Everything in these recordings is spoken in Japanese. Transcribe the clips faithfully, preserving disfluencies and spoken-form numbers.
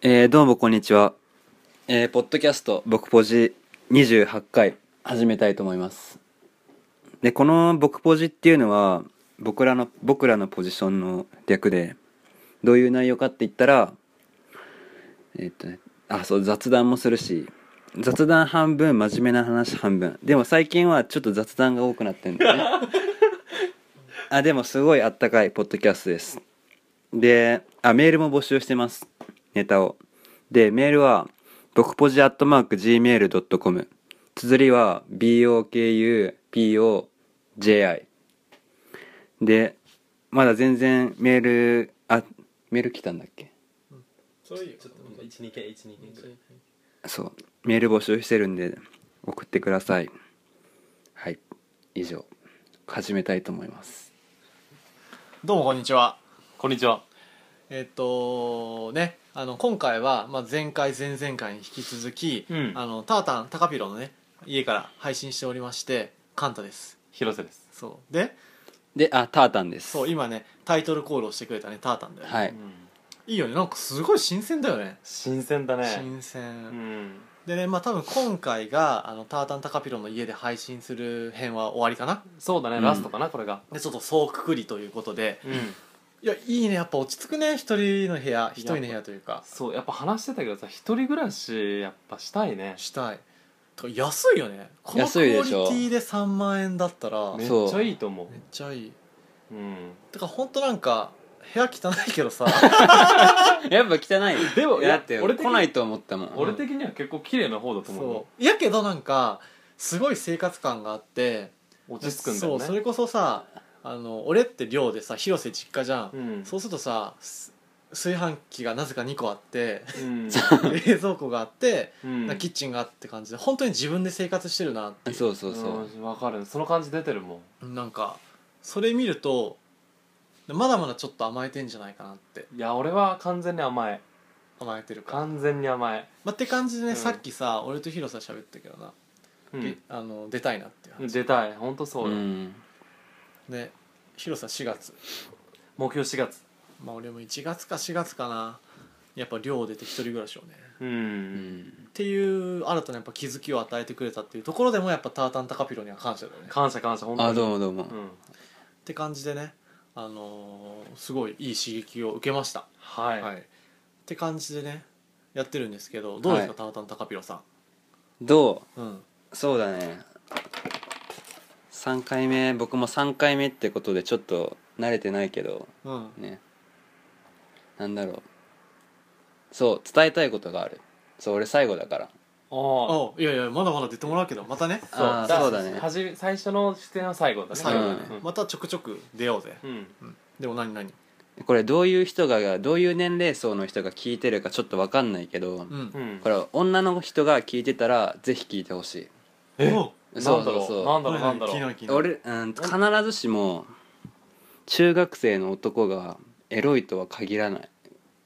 えー、どうもこんにちは、えー、ポッドキャスト僕ポジにじゅうはちかい始めたいと思います。でこの僕ポジっていうのは僕らの僕らのポジションの略で、どういう内容かって言ったらえー、っとねあそう雑談もするし、雑談半分真面目な話半分、でも最近はちょっと雑談が多くなってるんだよねあでもすごいあったかいポッドキャストです。であメールも募集してます、ネタを。でメールは僕ポジアットマーク ジーメールドットコム、 綴りは ビーオーケーユーピーオージェーアイ で、まだ全然メールあメール来たんだっけ。 それいいよ、ちょっといち、にけんいち、にけんぐらい。 そうメール募集してるんで送ってください。はい、以上始めたいと思います。 どうもこんにちは。 こんにちは。 えっとね、あの今回は、まあ、前回前々回に引き続き、 うんあのタータンタカピロのね家から配信しておりまして、カンタです。 広瀬です。 そうでであタータンです。 そう今ねタイトルコールをしてくれたねタータンだよね、 はい、 うん、 いいよね、なんかすごい新鮮だよね。 新鮮だね。 新鮮、 うん。 でね、まあ多分今回があのタータンタカピロの家で配信する編は終わりかな。 そうだね、 うんラストかなこれが。 でちょっと総くくりということで、 うん。 いやいいね、やっぱ落ち着くね、一人の部屋一人の部屋というか。 そうやっぱ話してたけどさ、一人暮らしやっぱしたいね。 したい。とか安いよね、このクオリテ安いでしょィでさんまんえんだったらめっめっちゃいいと思う。 ちゃいい。 うん。 てかほんとなんか部屋汚いけどさやっぱ汚い。 でもいやだって俺的に来ないと思ったもん。 俺的には結構綺麗な方だと思うよ。 そうやけどなんかすごい生活感があって、 落ち着くんだよね。 そうそれこそさ、あの俺って寮でさ広瀬実家じゃん、 うん。 そうするとさす炊飯器がなぜかにこあってうん。 冷蔵庫があって、 うんなんかキッチンがあって感じで本当に自分で生活してるなっていう。 そうそうそう、 うんわかる。その感じ出てるもん。 なんかそれ見るとまだまだちょっと甘えてんじゃないかなって。 いや俺は完全に甘え。 甘えてるか、 完全に甘え。 まあ、って感じでね、 うんさっきさ俺と広瀬喋ったけどな、 うんえ。あの出たいなっていう話出たい。本当そうよ。 ん、 で広瀬はしがつ、 目標しがつ。 まあ俺もいちがつかしがつかな、やっぱ寮出て一人暮らしをねう。 うんん、 っていう新たなやっぱ気づきを与えてくれたっていうところでもやっぱタータンタカピロには感謝だよね。 感謝感謝本当に。 あどうもどうも、 うん。 って感じでね、あのーすごいいい刺激を受けました。 はい。 はい、って感じでねやってるんですけど、どうですか、 はいタータンタカピロさどん。うんうそうだね、さんかいめ、僕もさんかいめってことでちょっと慣れてないけどうんね、なんだろう、そう伝えたいことがある。そう俺最後だから。 ああ。 あいやいやまだまだ出てもらうけどまたね、 そうあーだそうだねはじめ最初の出演は最後だね。 最後だね、 うんまたちょくちょく出ようぜ、 うん。 うんでも何何これどういう人がどういう年齢層の人が聞いてるかちょっと分かんないけど、 うんうん。 これ女の人が聞いてたらぜひ聞いてほしい。 えおそうそうそうなんだろうなんだろうなんだろう。 気になる気になる。 俺、うん、必ずしも中学生の男がエロいとは限らない。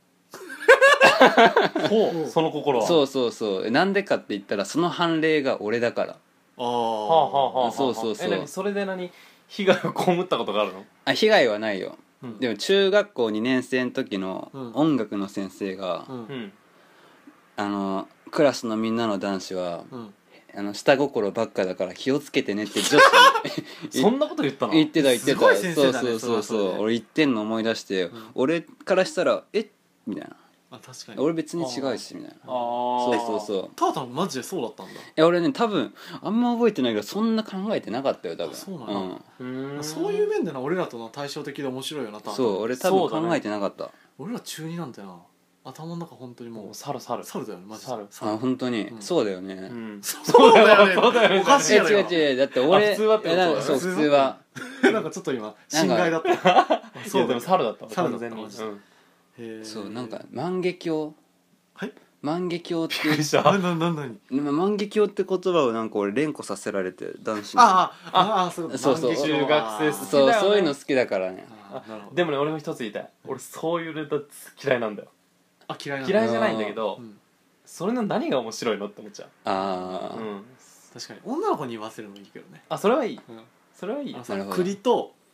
ほうその心は。う。 そうそうそう、なんでかって言ったらその判例が俺だから。 あはあはあはあはあ。 そうそうそうえ何それで何被害を被ったことがあるの？ あ被害はないよ、 うんでも中学校にねん生の時のうん音楽の先生が、 あ、うんうん。 あのクラスのみんなの男子は、 うん、 あの下心ばっかだから気をつけてねって女子にそんなこと言ったの？ 言ってた言ってた。 すごい先生だねそうそうそうそうそれはそれで俺言ってんの思い出して、 ん俺からしたらえみたいな、 あ確かに俺別に違うしみたいな。 ああ。 そうそうそう。 タータンマジでそうだったんだ。 いや俺ね多分あんま覚えてないけどそんな考えてなかったよ多分。 あそうなのうーん。 そういう面でな俺らとの対照的で面白いよなタータン。 そう俺多分考えてなかった、 俺ら中になんだよな、頭の中本当にももうう猿猿。 猿だよねマジで。 猿あ本当に、 うんそうだよね、 うん。 そうだよねそうだよねおかしいえやろ違う違うだって俺あ普通はってこといやなんかそう普通は普通はなんかちょっと今心外だった。あいやでそうだよも猿だったわ猿だった完全に。 マジでうん。 へーそうなんか万華鏡はい万華鏡ってびっくりした。 ななななにま万華鏡って言葉をなんか俺連呼させられて男子に。 ああああそうそうそう中学生好きだよねそうそういうの好きだからね。 あーなるほど。 でもね俺も一つ言いたい。俺そういうネタ嫌いなんだよ。 あ嫌いなんだ嫌いじゃないんだけどう、んそれの何が面白いのって思っちゃああ、 う。うん。 確かに女の子に言わせるのいいけどね。 あそれはいい。 うんそれはいいあの。さなるほど栗と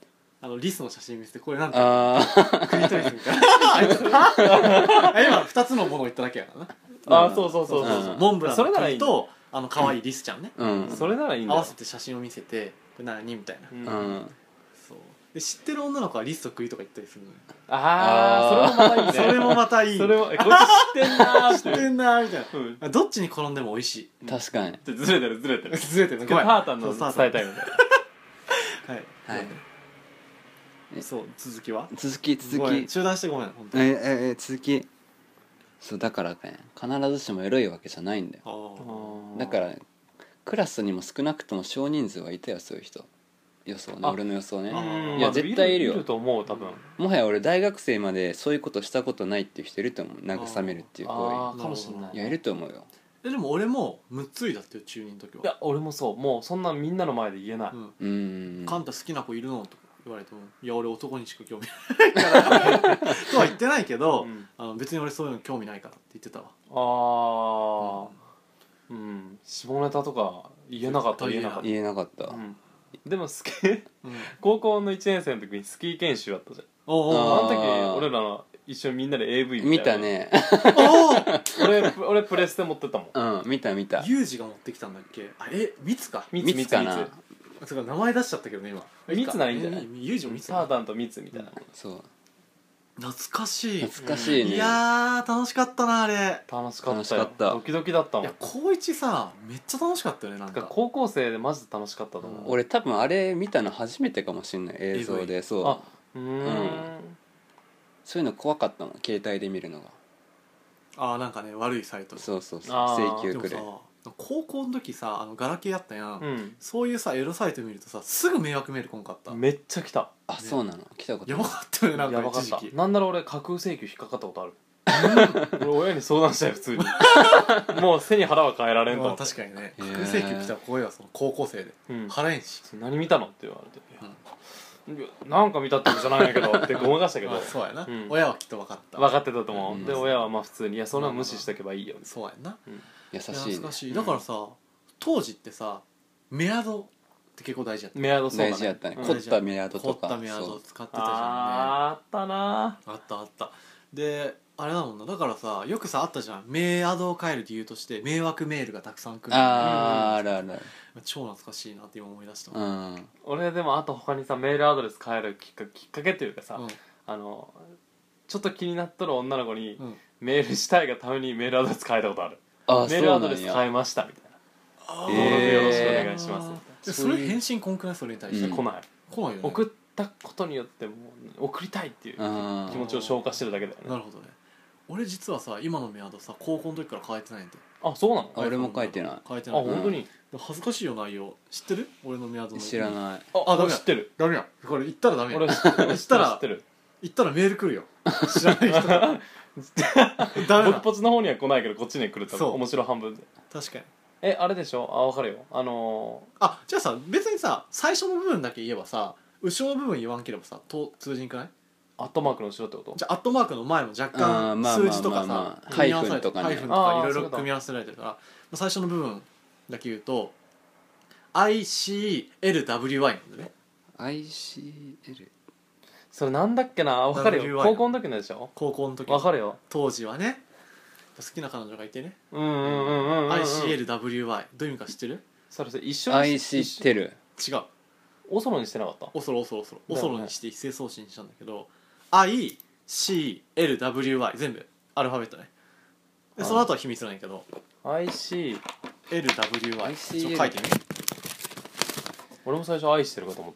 あのリスの写真見せてこれなんてああクリトリスみたいなあ今ふたつのものを言っただけやからなあーそうそうそうそううんモンブランのそれならいいんだ栗とあの可愛いリスちゃんね、 あうんそれならいいんだよ合わせて写真を見せてこれ何みたいな、 うんうんそうで知ってる女の子はリスと栗とか言ったりするのよああそれもまたいいねそれもまたいいそれもえこいつ知ってんなーっ知っててんなーみたいうんなどっちに転んでも美味しい確かにずれてるずれてるずれてるごめんタータンのそう伝えたいみたいなはいはいそう続きは続き続きごめん中断してごめん本当にえええ続きそうだからね必ずしもエロいわけじゃないんだよあーだからクラスにも少なくとも少人数はいたよそういう人予想ねあ俺の予想ねうんいやまあ絶対いるよいると思う多分もはや俺大学生までそういうことしたことないっていう人いると思う慰めるっていう行ああかもしれない為いやいると思うよえでも俺もむっついだってよ中二の時はいや俺もそうもうそんなみんなの前で言えない、 うんうーんカンタ好きな子いるのとか言われてもいや俺男にしか興味ないからとは言ってないけど、 うんあの別に俺そういうの興味ないからって言ってたわああうん下ネタとか言えなかった言えなかった、 言えなかったうん、でもスキうん高校のいちねん生の時にスキー研修あったじゃんおうおうあーあの時俺らの一緒にみんなで エーブイ見みたいなたねおお俺俺プレステ持ってったもんうん見た見たユージが持ってきたんだっけあえミツかミツミツ見つかなミつか名前出しちゃったけどね今ミツならいいんじゃないえユージもミツツタータンとミツみたいな、 そう懐かしい懐かしいねいやー楽しかったなあれ楽しかったよ楽しかったドキドキだったもんいや高一さめっちゃ楽しかったよねなんか高校生でマジで楽しかったと思う、 俺多分あれ見たの初めてかもしんない映像でそうあうーんうんそういうの怖かったもん携帯で見るのがあーなんかね悪いサイトそうそうそうあー請求くれでもさ高校の時さあのガラケーやったやん、 うんそういうさエロサイト見るとさすぐ迷惑メール来んかっためっちゃ来たあそうなの来たことやばかったよねなんかやばかった一時期なんなら俺架空請求引っかかったことある俺親に相談したよ普通にもう背に腹は変えられんとまあ思って、 確かにねへー架空請求来たら怖いわその高校生でうん、 払えんし何見たのって言われて、いやなんか見たってことじゃないんだけどってごまかしたけどまあそうやな、 うん親はきっと分かった分かってたと思う、 うんで親はまあ普通に「いやそんなの無視しとけばいいよ」 そうやんな優しいね懐かしいだからさ当時ってさメアドって結構大事やったメアドそうだね大事やったねうん凝ったメアドとか凝ったメアド使ってたじゃんねあーあったなあったあったであれだもんなだからさよくさあったじゃんメアドを変える理由として迷惑メールがたくさん来るあーあるあるある超懐かしいなって今思い出したうわん俺でもあと他にさメールアドレス変えるきっかきっかけっていうかさ、 うんあのちょっと気になっとる女の子にうんメールしたいがためにメールアドレス変えたことある、 あメールアドレスそうなんや変えましたみたいなあ登録よろしくお願いしますみたいでそれ返信こんくないそれに対して、 うんな来ない来ないよね送ったことによってもう送りたいっていううん気持ちを消化してるだけだよねなるほどね俺実はさ今のメアドさ高校の時から変えてないんであそうなのあ俺も書いてないあ変えてない本当に恥ずかしいよ内容知ってる俺のメアドの知らないああダメだ知ってるダメやこれ言ったらダメや俺知ってる知ったら知ってる言ったらメール来るよ知らない人だダメだ僕ポチの方には来ないけどこっちには来る多そう分面白半分で確かにえあれでしょあ分かるよあのあじゃあさ別にさ最初の部分だけ言えばさ後ろの部分言わんければさと通じんくないー、アットマークの後ろってことじゃあアットマークの前も若あー干まあ数字とかまあまあまあさ組み合わされてハイフンとかねハイフンとかいろいあーそういうことろ組み合わせられてるから最初の部分だけ言うと アイシーエルダブリューワイ なんだねアイシーエルそれなんだっけな分かるダブリューワイよ高校の時のでしょ高校の時分かるよ当時はね好きな彼女がいてねうんうんうんうんうん、うん、 アイシーエルダブリューワイ どういう意味か知ってるそれそれ一緒にアイシーテル違うオソロにしてなかったオソロオソロオソロオだよねソロにして一斉送信したんだけど アイシーエルダブリューワイ 全部アルファベットねでその後は秘密なんやけどアイシーエルダブリューワイアイシーエルちょっと書いてみ俺も最初愛してるかと思った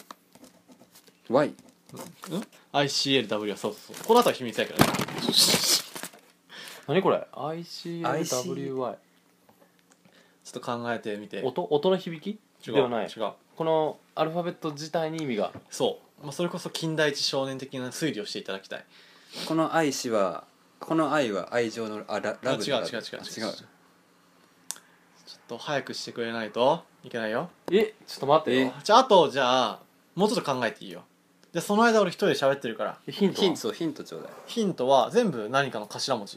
Y アイシーエルダブリューワイ そうそうそうこの後は秘密やけどね何これ アイシーエルダブリューワイちょっと考えてみて音音の響き違うではない違うこのアルファベット自体に意味がそう、まあ、それこそ近代一少年的な推理をしていただきたいこの愛しはこの愛は愛情のあララブあ違う違う違う違うあ違うちょっと早くしてくれないといけないよえちょっと待ってよじゃああとじゃあもうちょっと考えていいよじゃあその間俺一人で喋ってるからヒントはヒントそうヒントちょうだいヒントは全部何かの頭文字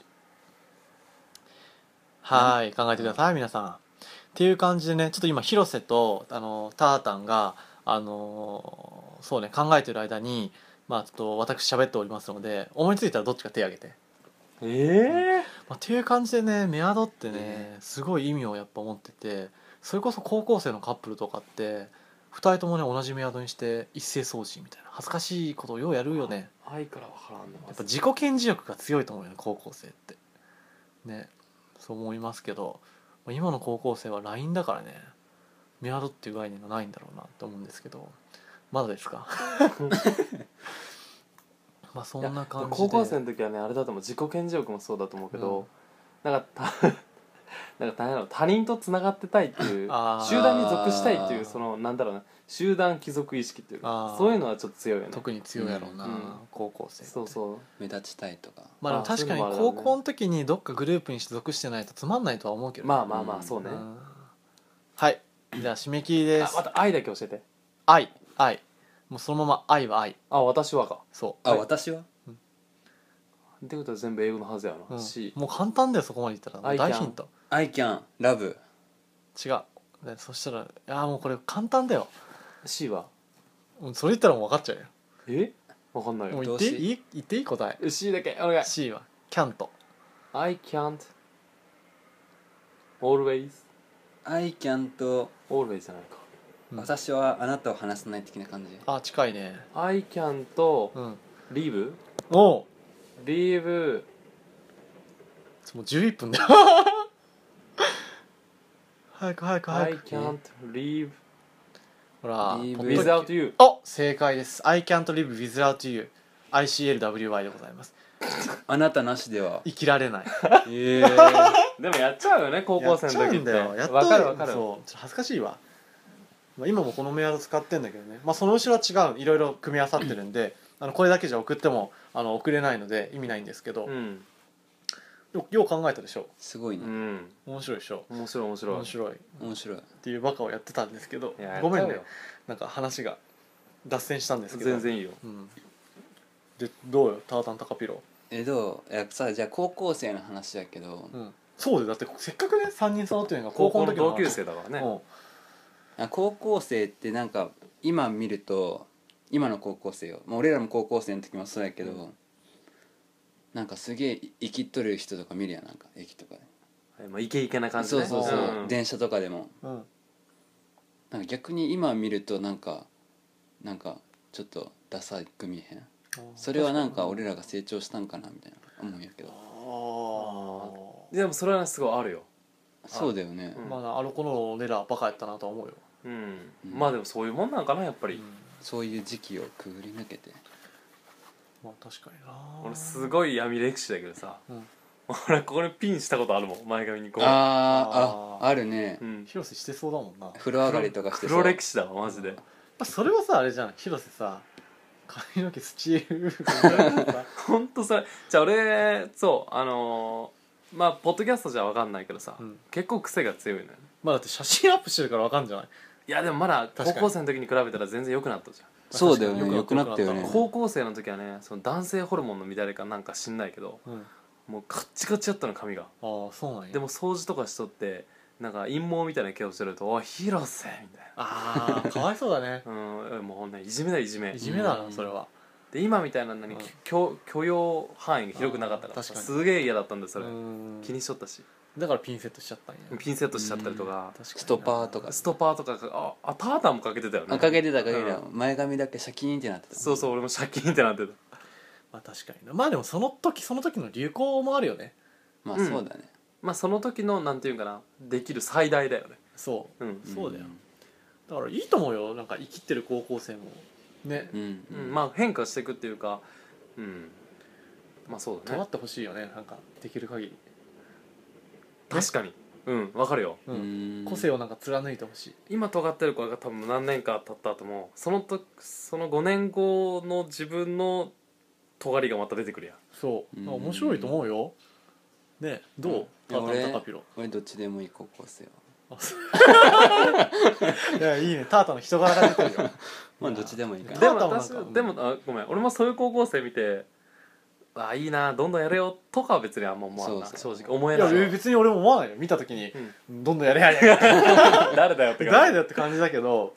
はーい考えてください皆さんっていう感じでねちょっと今広瀬とあのタータンがあのーそうね考えてる間にまあちょっと私喋っておりますので思いついたらどっちか手挙げて、 ええまあ、っていう感じでねメアドってねすごい意味をやっぱ持ってて、それこそ高校生のカップルとかってふたりともね同じメアドにして一斉送信みたいな恥ずかしいことをようやるよね。 愛からはらんのやっぱ自己顕示欲が強いと思うよね高校生ってね。そう思いますけど今の高校生は ライン だからねメアドっていう概念がないんだろうなと思うんですけど、まだですかまあそんな感じで高校生の時はねあれだと思う、自己顕示欲もそうだと思うけど、なんかたなんか大変なの他人とつながってたいっていうあー集団に属したいっていうそのなんだろうな集団貴族意識っていうあーかそういうのはちょっと強いよね。 特に強いやろうな、 うん高校生ってそうそう目立ちたいとか。 まあでもあ確かにそういうのもあるよね高校の時にどっかグループに所属してないとつまんないとは思うけどね、 まあまあまあそうね。 うんはいじゃあ締め切りですあまた愛だけ教えて。 愛愛もうそのまま愛は愛あ私はかそうあ、私はってことは全部英語のはずやな、 うん C もう簡単だよそこまで言ったら I 大 can ヒント I can love 違うでそしたらいやもうこれ簡単だよ C はうんそれ言ったらもう分かっちゃうよえわかんないよもう言って動詞いい言っていい答え C だけお願い C は can't I can't always I can と always じゃないかうん私はあなたを話さない的な感じ。 あ近いね I can とうん leave おう leave もうじゅういっぷんだよ早く早く I 早く can't live ほら Leave ポッドキ without you お正解です I can't live without youアイシーエルダブリューワイ でございます。 あなたなしでは。 生きられないええでもやっちゃうよね高校生の時ってやっちゃうんだよやっとわかるわかるそうちょっと恥ずかしいわ、まあ、今もこのメアド使ってんだけどね、まあ、その後ろは違ういろいろ組み合わさってるんであのこれだけじゃ送ってもあの送れないので意味ないんですけど、 うんよよう考えたでしょすごいうね。 ん面白いでしょ面白い面白い面白いっ面白い。 ていうバカをやってたんですけどいやごめんねやっちゃうよなんか話が脱線したんですけど全然いいようん、でどうよタータンタカピロ、 えどうやっぱさじゃあ高校生の話だけど、 うん、そうでだってせっかくねさんにん揃ってるのが高高校の時の話校の同級生だからねうんあ高校生ってなんか今見ると今の高校生よ、まあ、俺らも高校生の時もそうやけど、 うんなんかすげえ生きっとる人とか見るやんなんか駅とかで、 はいまあイケイケな感じねそうそうそう、 ん電車とかでもうんなんか逆に今見るとなんかなんかちょっとダサく見えへん。それはなんか俺らが成長したんかなみたいな思うんやけど。 あでもそれはすごいあるよそうだよね、 うんまああの頃の俺らバカやったなとは思うよ、 うんうんまあでもそういうもんなんかなやっぱりうんそういう時期をくぐり抜けて。 まあ確かにな俺すごい闇歴史だけどさうん俺ここにピンしたことあるもん前髪にこうあーあーああるね、 うん広瀬してそうだもんなやっ風呂上がりとかして黒歴史だわマジでぱそれはさあれじゃん広瀬さ髪の毛スチールさほんとそれじゃあ俺そうあのーまあポッドキャストじゃ分かんないけどさ、 うん結構癖が強いのよねまあだって写真アップしてるからわかんじゃないいやでもまだ確かに高校生の時に比べたら全然良くなったじゃんそうだよ確かにね良くなったよね良くなっ高校生の時はねその男性ホルモンの乱れかなんか知んないけどうんもうカッチカチやったの髪がああそうなんやでも掃除とかしとってなんか陰謀みたいな毛をしてると「おい広瀬」みたいああかわいそうだねなうんもうほんとねいじめだいじめいじめだうなんそれはで今みたいなのにうん許許容範囲が広くなかったからあー確かにすげえ嫌だったんでそれうん気にしとったしだからピンセットしちゃったんやピンセットしちゃったりとか確かになストパーとかストパーとかああタータンもかけてたよねあかけてたかけてた、 うん前髪だけシャキーンってなってた。 そうそう俺もシャキーンってなってたまあ確かになまあでもその時その時の流行もあるよねまあうんそうだね、 まあその時のなんていうんかなできる最大だよねそううんそうだよだからいいと思うよなんか生きってる高校生もねうん、うんうんまあ変化していくっていうかうんまあそうだね尖ってほしいよねなんかできる限り確かにうんわかるよううんん個性をなんか貫いてほしい今尖ってる子が多分何年か経った後もそのとそのごねんごの自分の尖りがまた出てくるやんそううん面白いと思うよねどういタータや俺ンタカピロ俺どっちでもいい高校生はあそういやいいねタータンの人柄が出てるよまあどっちでもいいかでな。 ターもタンはなんか私でもあごめん俺もそういう高校生見てあいいなどんどんやれよとかは別にあんま思わんなそうそう正直思えいないや別に俺も思わないよ見た時にうんどんどんやれやれやれ誰だよって感じ誰だよって感じだけど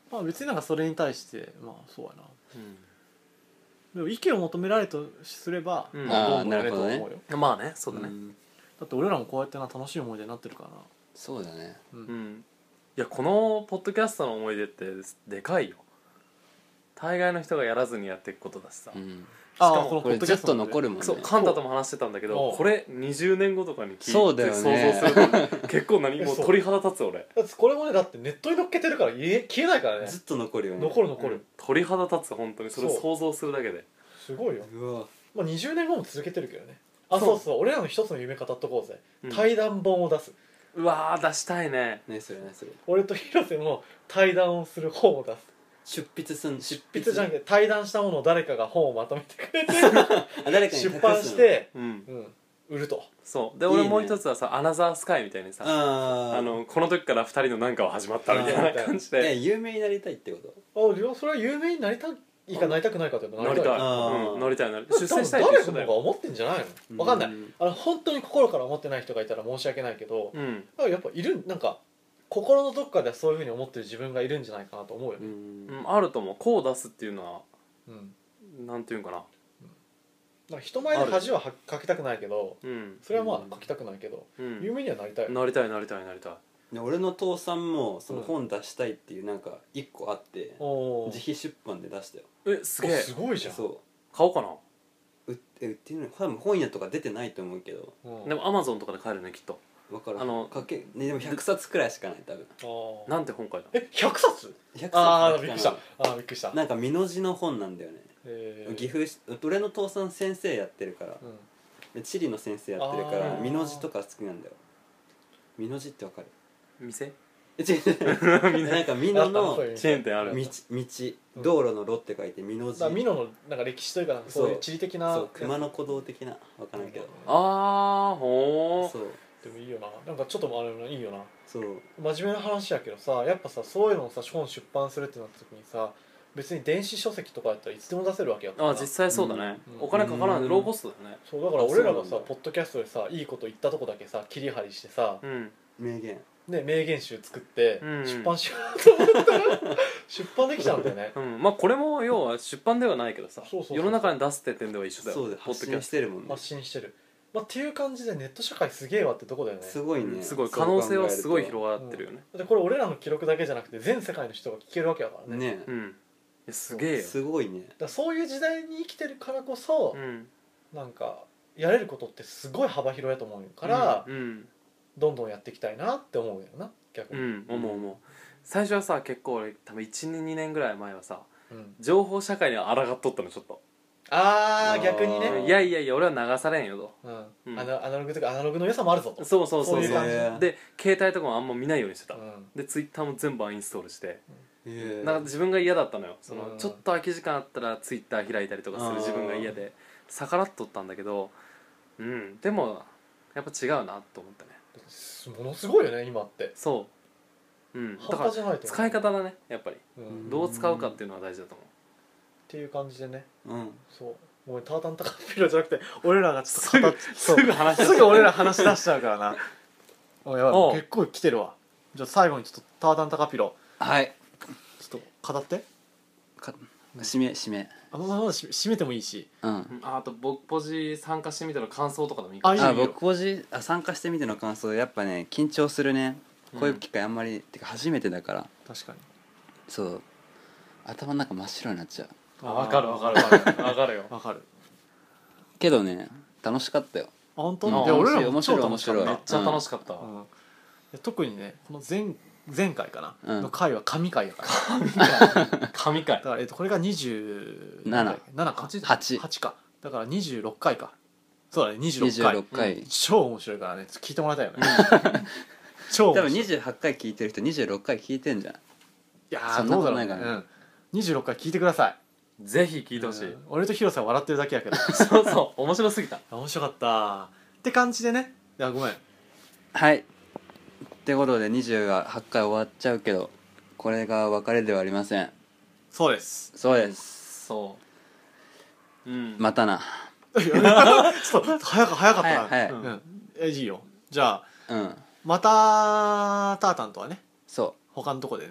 まあ別になんかそれに対してまあそうやな、 うんでも意見を求められるとすれば、 うんまあどんどんやれとあーなる思うよ、 ほどまあねそうだねんだって俺らもこうやってな楽しい思い出になってるからな。 そうだねうんうんいやこのポッドキャストの思い出ってでかいよ。大概の人がやらずにやっていくことだしさ、 うんあしかもーこのポッドキこれずっとャストの残るもんねそうカンタとも話してたんだけおうどこれにじゅうねんごとかに聞そういてだよね想像すると結構何もうそう鳥肌立つ俺だってこれもねだってネットに載っけてるから消え消えないからね。 ずっと残るよね残る残る、 うん鳥肌立つ本当にそれそう想像するだけですごいよ。 うわまあにじゅうねんごも続けてるけどね。あそうそうそう俺らの一つの夢語っとこうぜ、 うん対談本を出す。 うわー出したいねねそれねそれ俺と広瀬の対談をする本を出す。 出筆すん執筆じゃなくて対談したものを誰かが本をまとめてくれてあ誰かに託すの出版して、 うんうん、売ると。 そうでいいね俺もう一つはさアナザースカイみたいにさあああのこの時からふたりの何かは始まったみたいな感じえで有名になりたいってことあいやそれは有名になりたいかなりたくないかというと乗りたい、 あーうん、乗りたいなり出出世したいって誰か一緒だよの方が思ってんじゃないの。わかんない。あの本当に心から思ってない人がいたら申し訳ないけど、 うんやっぱいるなんか心のどっかではそういうふうに思ってる自分がいるんじゃないかなと思うようね。 んうん、あると思うこう出すっていうのはうん、 なんていうんかななんか人前で恥ははかきたくないけど、 うん、 それはまあかきたくないけど、 うん、 有名にはなりたいよ。 なりたいなりたいなりたいで俺の父さんもその本出したいっていうなんか一個あっておー自費出版で出したよえすげえすごいじゃん。 そ買おうかなう売って売ってるの多分本屋とか出てないと思うけどうんでもアマゾンとかで買えるねきっと分からんあのかけ、ね、でもひゃくさつくらいしかない多分あーなんて本書いたえひゃくさつひゃくああさつびっくりしたあーびっくりした。 なんか美濃字の本なんだよねえー岐阜し俺の父さん先生やってるからうんで地理の先生やってるかあらー美濃字とか好きなんだよ美濃字ってわかる店え違う違うなんか美濃のそういうチェーン店あ道る道道路の路って書いて美濃字だから美濃のなんか歴史というかなんかそういう地理的なそう熊野古道的なわからんけどあーほーそうでもいいよななんかちょっとあれないいよなそう真面目な話やけどさやっぱさそういうのをさ本出版するってなった時にさ別に電子書籍とかやったらいつでも出せるわけやからあ実際そうだね、 うんお金かからないうんローコストだよねそうだから俺らがあそうなんださポッドキャストでさいいこと言ったとこだけさ切り張りしてさ、 うん名言ね、名言集作ってうん出版しようと思ったら出版できちゃうんだよねうん、まあこれも要は出版ではないけどさそうそうそう世の中に出すって点では一緒だよそうで発信ポッドキャスしてるもんね発信してる、まあ、っていう感じでネット社会すげえわってとこだよねすごいねトすごいそう可能性は考えるとすごい広がってるよねだってこれ俺らの記録だけじゃなくて全世界の人が聞けるわけだからねねうんいやすげえよすごいねだからそういう時代に生きてるからこそう、んなんかやれることってすごい幅広いと思うから、 うんどんどんやっていきたいなって思うよな逆に、 うん、思う思う最初はさ結構俺多分いちにねんぐらい前はさうん情報社会には抗っとったのちょっとあーあー逆にね、 いやいやいや俺は流されんよとうんうんアナアナログとかアナログの良さもあるぞとそうそうそうそういう感じへーで携帯とかもあんま見ないようにしてた、 うんでツイッターも全部アンインストールしてへえなんか自分が嫌だったのよその、 うんちょっと空き時間あったらツイッター開いたりとかする自分が嫌で逆らっとったんだけどうんでもやっぱ違うなと思ったねものすごいよね今ってそううんだ半から端じゃないと思う使い方だねやっぱりうん、っどう使うかっていうのは大事だと思うていう感じでねうんそうもうタータンタカピロじゃなくて俺らがちょっと語っすぐ話しすぐ俺ら話し出しちゃうからなおいやばおいう結構来てるわじゃあ最後にちょっとタータンタカピロはいちょっと語ってか締め締めあのままし締めてもいいしうんうんああと僕ポジ参加してみての感想とかでもいいかああいいよいいよ僕ポジあ参加してみての感想やっぱね緊張するねこういう機会あんまり、てか初めてだから確かにそう頭の中真っ白になっちゃうあ分かる分かる分かる分かるよわかるけどね楽しかったよあ本当うんで俺らも面白い超楽しかっためっちゃ楽しかったわ、 うんで特にねこの前前回かな、 うんの回は神回やから神回だから、えっと、これがにじゅうななななかはちはちかだからにじゅうろっかいかそうだねにじゅうろっかいにじゅうろっかい、 超面白いからね聞いてもらいたいよね超面白い多分にじゅうはちかい聞いてる人にじゅうろっかい聞いてんじゃんいやそんなーどうだろうね、 ことないからねうん、にじゅうろっかい聞いてくださいぜひ聞いてほしい、 うん俺と広瀬は笑ってるだけやけどそうそう面白すぎた面白かったって感じでねいやごめんはいってことでにじゅうはちかい終わっちゃうけどこれが別れではありませんそうですそうです、 そううんまたなちょっと早か早かったな、 はいはいうん、えいいよじゃあうんまたタータンとはねそ他のとこでね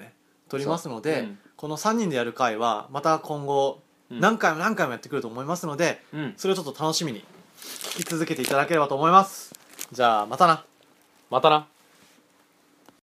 撮りますので、 うんこのさんにんでやる回はまた今後うん何回も何回もやってくると思いますので、 うんそれをちょっと楽しみに聞き続けていただければと思います。じゃあまたな。 またな。